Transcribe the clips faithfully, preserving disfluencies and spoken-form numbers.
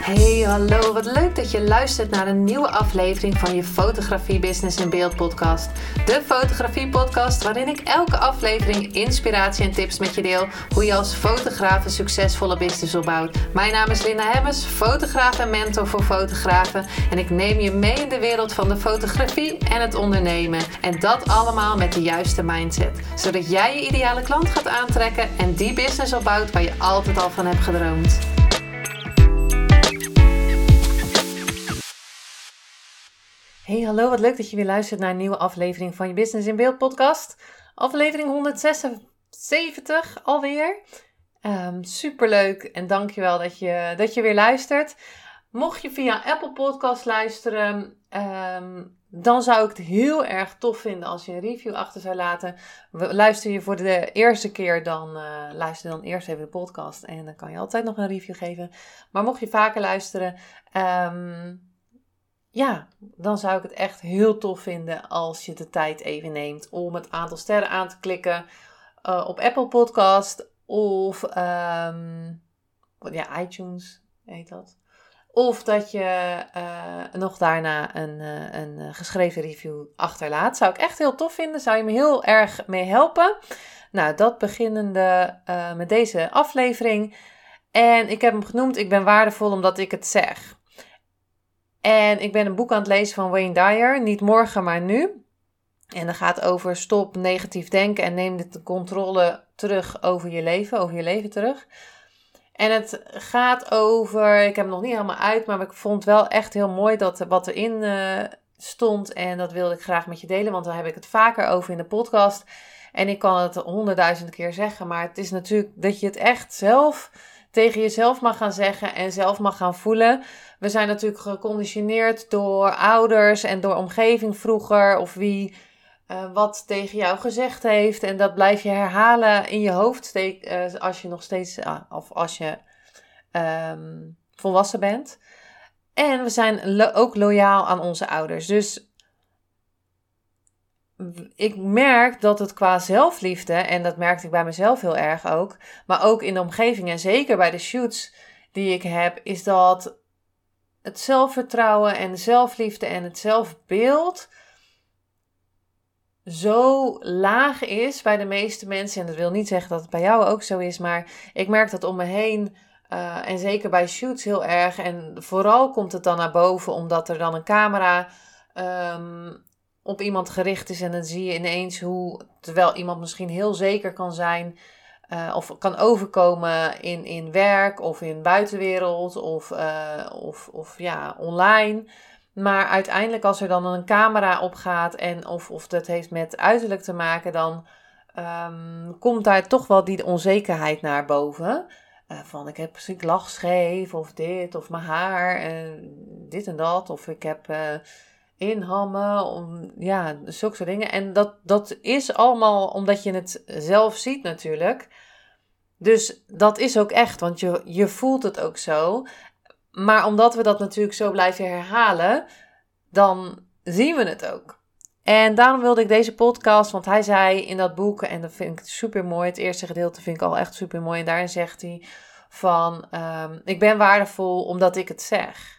Hey, hallo, wat leuk dat je luistert naar een nieuwe aflevering van je Fotografie Business in Beeld podcast. De fotografie podcast waarin ik elke aflevering inspiratie en tips met je deel hoe je als fotograaf een succesvolle business opbouwt. Mijn naam is Linda Hemmers, fotograaf en mentor voor fotografen en ik neem je mee in de wereld van de fotografie en het ondernemen. En dat allemaal met de juiste mindset, zodat jij je ideale klant gaat aantrekken en die business opbouwt waar je altijd al van hebt gedroomd. Hey, hallo, wat leuk dat je weer luistert naar een nieuwe aflevering van je Business in Beeld podcast. Aflevering honderdzesenzeventig alweer. Um, superleuk en dankjewel dat je, dat je weer luistert. Mocht je via Apple Podcast luisteren, um, dan zou ik het heel erg tof vinden als je een review achter zou laten. Luister je voor de eerste keer, dan uh, luister dan eerst even de podcast en dan kan je altijd nog een review geven. Maar mocht je vaker luisteren... Um, Ja, dan zou ik het echt heel tof vinden als je de tijd even neemt om het aantal sterren aan te klikken uh, op Apple Podcast of um, ja, iTunes heet dat. Of dat je uh, nog daarna een, uh, een geschreven review achterlaat. Zou ik echt heel tof vinden, zou je me heel erg mee helpen. Nou, dat beginnende uh, met deze aflevering. En ik heb hem genoemd, ik ben waardevol omdat ik het zeg. En ik ben een boek aan het lezen van Wayne Dyer, Niet morgen, maar nu. En dat gaat over stop negatief denken en neem de controle terug over je leven, over je leven terug. En het gaat over, ik heb het nog niet helemaal uit, maar ik vond wel echt heel mooi dat wat erin uh, stond. En dat wilde ik graag met je delen, want daar heb ik het vaker over in de podcast. En ik kan het honderdduizend keer zeggen, maar het is natuurlijk dat je het echt zelf tegen jezelf mag gaan zeggen en zelf mag gaan voelen. We zijn natuurlijk geconditioneerd door ouders en door omgeving vroeger of wie uh, wat tegen jou gezegd heeft. En dat blijf je herhalen in je hoofd steek, uh, als je nog steeds, uh, of als je um, volwassen bent. En we zijn lo- ook loyaal aan onze ouders. Dus ik merk dat het qua zelfliefde, en dat merkte ik bij mezelf heel erg ook, maar ook in de omgeving en zeker bij de shoots die ik heb, is dat het zelfvertrouwen en de zelfliefde en het zelfbeeld zo laag is bij de meeste mensen. En dat wil niet zeggen dat het bij jou ook zo is, maar ik merk dat om me heen uh, en zeker bij shoots heel erg. En vooral komt het dan naar boven omdat er dan een camera um, op iemand gericht is en dan zie je ineens hoe, terwijl iemand misschien heel zeker kan zijn uh, of kan overkomen in, in werk of in buitenwereld of, uh, of, of ja, online. Maar uiteindelijk als er dan een camera opgaat en of, of dat heeft met uiterlijk te maken, dan um, komt daar toch wel die onzekerheid naar boven. Uh, van ik heb ik lach scheef of dit of mijn haar uh, dit en dat of ik heb uh, inhammen, om, ja, zulke soort dingen. En dat, dat is allemaal omdat je het zelf ziet natuurlijk. Dus dat is ook echt, want je, je voelt het ook zo. Maar omdat we dat natuurlijk zo blijven herhalen, dan zien we het ook. En daarom wilde ik deze podcast, want hij zei in dat boek, en dat vind ik super mooi, het eerste gedeelte vind ik al echt super mooi. En daarin zegt hij van, um, ik ben waardevol omdat ik het zeg.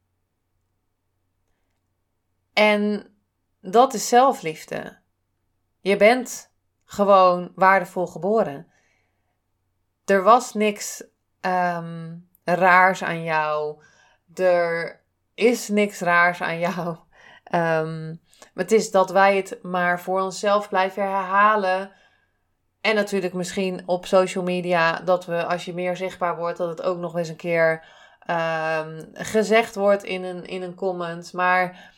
En dat is zelfliefde. Je bent gewoon waardevol geboren. Er was niks um, raars aan jou. Er is niks raars aan jou. Um, het is dat wij het maar voor onszelf blijven herhalen. En natuurlijk misschien op social media, dat we als je meer zichtbaar wordt, dat het ook nog eens een keer um, gezegd wordt in een, in een comment. Maar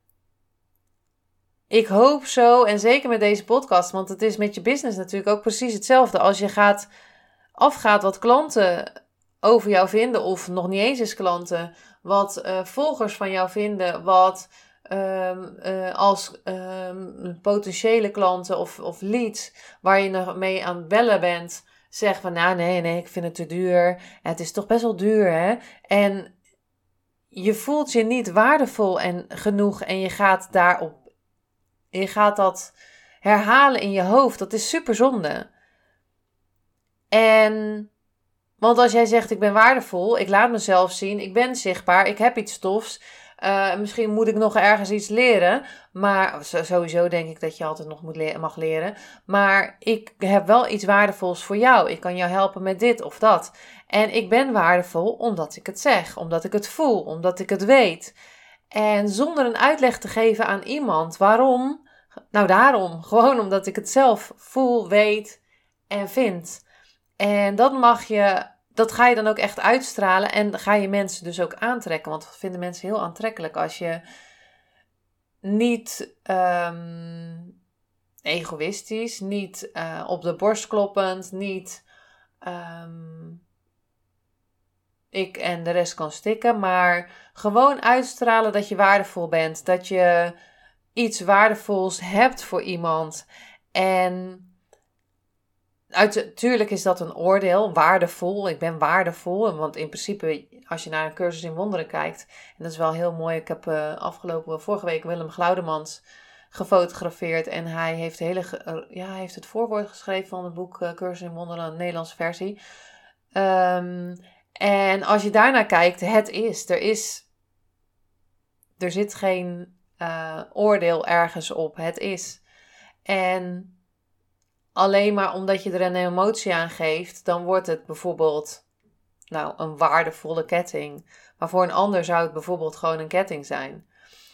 ik hoop zo, en zeker met deze podcast, want het is met je business natuurlijk ook precies hetzelfde. Als je gaat afgaat wat klanten over jou vinden, of nog niet eens eens klanten, wat uh, volgers van jou vinden, wat um, uh, als um, potentiële klanten of, of leads waar je nog mee aan het bellen bent, zeggen van nou nee, nee, ik vind het te duur. Het is toch best wel duur, hè? En je voelt je niet waardevol en genoeg en je gaat daarop, je gaat dat herhalen in je hoofd. Dat is super zonde. En Want als jij zegt, ik ben waardevol, ik laat mezelf zien, ik ben zichtbaar, ik heb iets tofs. Uh, misschien moet ik nog ergens iets leren. Maar sowieso denk ik dat je altijd nog moet le- mag leren. Maar ik heb wel iets waardevols voor jou. Ik kan jou helpen met dit of dat. En ik ben waardevol omdat ik het zeg. Omdat ik het voel. Omdat ik het weet. En zonder een uitleg te geven aan iemand. Waarom? Nou daarom. Gewoon omdat ik het zelf voel, weet en vind. En dat mag je... Dat ga je dan ook echt uitstralen en ga je mensen dus ook aantrekken. Want dat vinden mensen heel aantrekkelijk als je niet um, egoïstisch, niet uh, op de borst kloppend, niet um, ik en de rest kan stikken. Maar gewoon uitstralen dat je waardevol bent. Dat je iets waardevols hebt voor iemand. En... Natuurlijk is dat een oordeel, waardevol, ik ben waardevol. Want in principe, als je naar een cursus in wonderen kijkt, en dat is wel heel mooi. Ik heb uh, afgelopen, vorige week Willem Glaudemans gefotografeerd. En hij heeft, hele, uh, ja, hij heeft het voorwoord geschreven van het boek uh, Cursus in Wonderen, een Nederlandse versie. Um, en als je daarnaar kijkt, het is, er is, er zit geen uh, oordeel ergens op, het is. En... Alleen maar omdat je er een emotie aan geeft, dan wordt het bijvoorbeeld nou, een waardevolle ketting. Maar voor een ander zou het bijvoorbeeld gewoon een ketting zijn.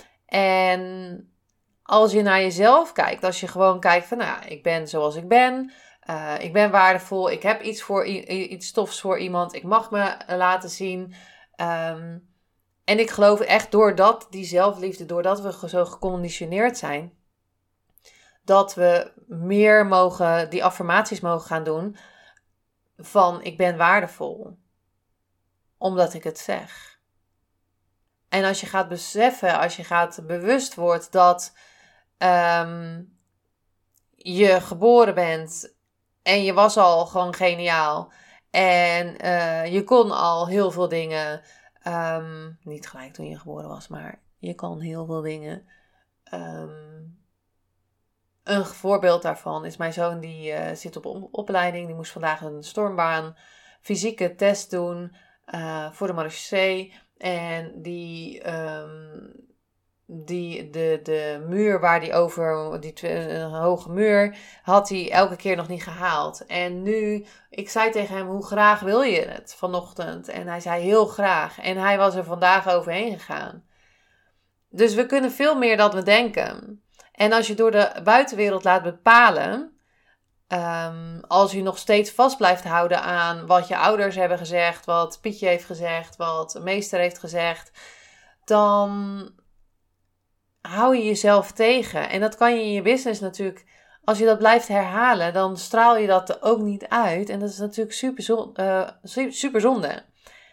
En als je naar jezelf kijkt, als je gewoon kijkt van, nou, ik ben zoals ik ben. Uh, ik ben waardevol, ik heb iets, voor, iets tofs voor iemand, ik mag me laten zien. Um, en ik geloof echt doordat die zelfliefde, doordat we zo geconditioneerd zijn... dat we meer mogen, die affirmaties mogen gaan doen van ik ben waardevol. Omdat ik het zeg. En als je gaat beseffen, als je gaat bewust wordt dat um, je geboren bent en je was al gewoon geniaal. En uh, je kon al heel veel dingen. Um, niet gelijk toen je geboren was, maar je kan heel veel dingen. Um, Een voorbeeld daarvan is mijn zoon die uh, zit op opleiding. Die moest vandaag een stormbaan fysieke test doen uh, voor de marechaussee. En die, um, die de, de muur waar die over, die een hoge muur, had hij elke keer nog niet gehaald. En nu, ik zei tegen hem, hoe graag wil je het vanochtend? En hij zei heel graag. En hij was er vandaag overheen gegaan. Dus we kunnen veel meer dan we denken. En als je door de buitenwereld laat bepalen, um, als je nog steeds vast blijft houden aan wat je ouders hebben gezegd, wat Pietje heeft gezegd, wat de meester heeft gezegd, dan hou je jezelf tegen. En dat kan je in je business natuurlijk, als je dat blijft herhalen, dan straal je dat er ook niet uit. En dat is natuurlijk super, zon, uh, super zonde.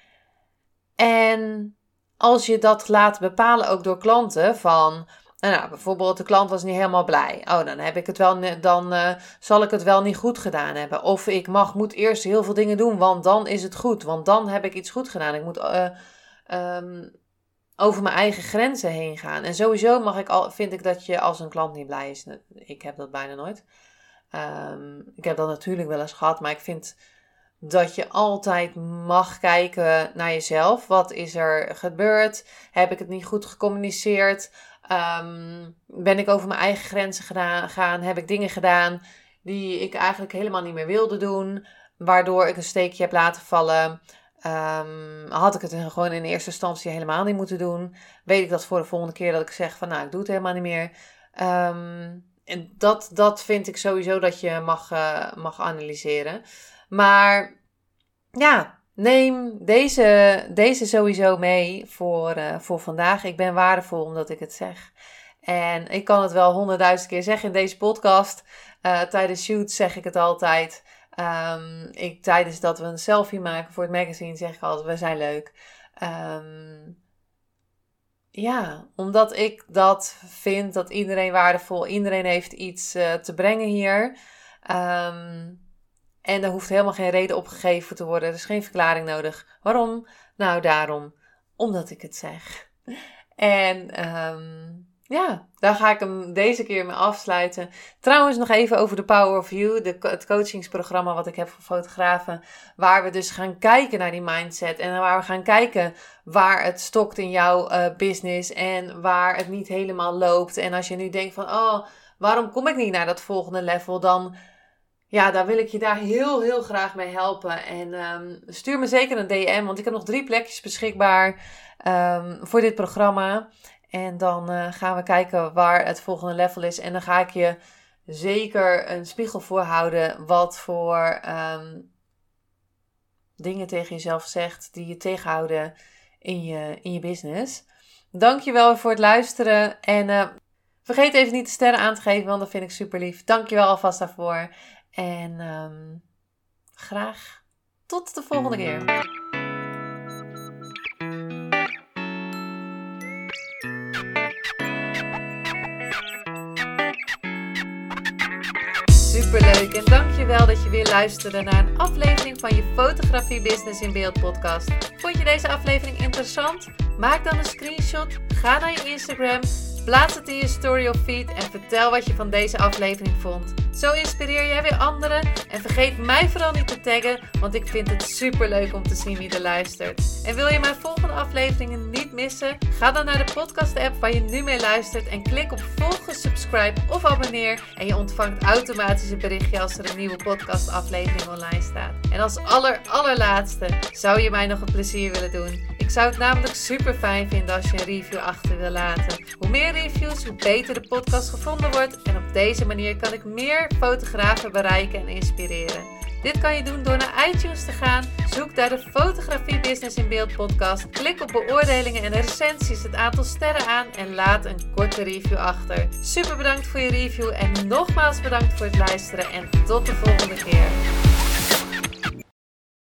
En als je dat laat bepalen ook door klanten van... Nou, bijvoorbeeld de klant was niet helemaal blij. Oh, dan heb ik het wel, dan uh, zal ik het wel niet goed gedaan hebben. Of ik mag, moet eerst heel veel dingen doen, want dan is het goed. Want dan heb ik iets goed gedaan. Ik moet uh, um, over mijn eigen grenzen heen gaan. En sowieso mag ik al, vind ik dat je als een klant niet blij is. Ik heb dat bijna nooit. Um, ik heb dat natuurlijk wel eens gehad, maar ik vind dat je altijd mag kijken naar jezelf. Wat is er gebeurd? Heb ik het niet goed gecommuniceerd? Um, ben ik over mijn eigen grenzen gegaan? Heb ik dingen gedaan die ik eigenlijk helemaal niet meer wilde doen? Waardoor ik een steekje heb laten vallen? Um, had ik het gewoon in eerste instantie helemaal niet moeten doen? Weet ik dat voor de volgende keer dat ik zeg van nou, ik doe het helemaal niet meer. Um, en dat, dat vind ik sowieso dat je mag, uh, mag analyseren. Maar ja, neem deze, deze sowieso mee voor, uh, voor vandaag. Ik ben waardevol omdat ik het zeg. En ik kan het wel honderdduizend keer zeggen in deze podcast. Uh, tijdens shoots zeg ik het altijd. Um, ik, tijdens dat we een selfie maken voor het magazine zeg ik altijd, we zijn leuk. Um, ja, omdat ik dat vind dat iedereen waardevol, iedereen heeft iets uh, te brengen hier. Um, en er hoeft helemaal geen reden opgegeven te worden. Er is geen verklaring nodig. Waarom? Nou, daarom. Omdat ik het zeg. En um, ja, daar ga ik hem deze keer mee afsluiten. Trouwens nog even over de Power of You, de, het coachingsprogramma wat ik heb voor fotografen. Waar we dus gaan kijken naar die mindset. En waar we gaan kijken waar het stokt in jouw uh, business. En waar het niet helemaal loopt. En als je nu denkt van, oh, waarom kom ik niet naar dat volgende level? Dan, ja, dan wil ik je daar heel, heel graag mee helpen. En um, stuur me zeker een D M, want ik heb nog drie plekjes beschikbaar um, voor dit programma. En dan uh, gaan we kijken waar het volgende level is. En dan ga ik je zeker een spiegel voorhouden wat voor um, dingen tegen jezelf zegt die je tegenhouden in je, in je business. Dankjewel voor het luisteren. En uh, vergeet even niet de sterren aan te geven, want dat vind ik super lief. Dankjewel alvast daarvoor. En um, graag tot de volgende keer. Superleuk en dankjewel dat je weer luisterde naar een aflevering van je Fotografie Business in Beeld podcast. Vond je deze aflevering interessant? Maak dan een screenshot, ga naar je Instagram, plaats het in je story of feed en vertel wat je van deze aflevering vond. Zo inspireer jij weer anderen en vergeet mij vooral niet te taggen, want ik vind het superleuk om te zien wie er luistert. En wil je mijn volgende afleveringen niet missen? Ga dan naar de podcast app waar je nu mee luistert en klik op volgen, subscribe of abonneer en je ontvangt automatisch een berichtje als er een nieuwe podcast aflevering online staat. En als aller allerlaatste zou je mij nog een plezier willen doen. Ik zou het namelijk super fijn vinden als je een review achter wil laten. Hoe meer reviews, hoe beter de podcast gevonden wordt en op deze manier kan ik meer fotografen bereiken en inspireren. Dit kan je doen door naar iTunes te gaan, zoek daar de Fotografie Business in Beeld podcast, klik op beoordelingen en recensies, het aantal sterren aan en laat een korte review achter. Super bedankt voor je review en nogmaals bedankt voor het luisteren en tot de volgende keer.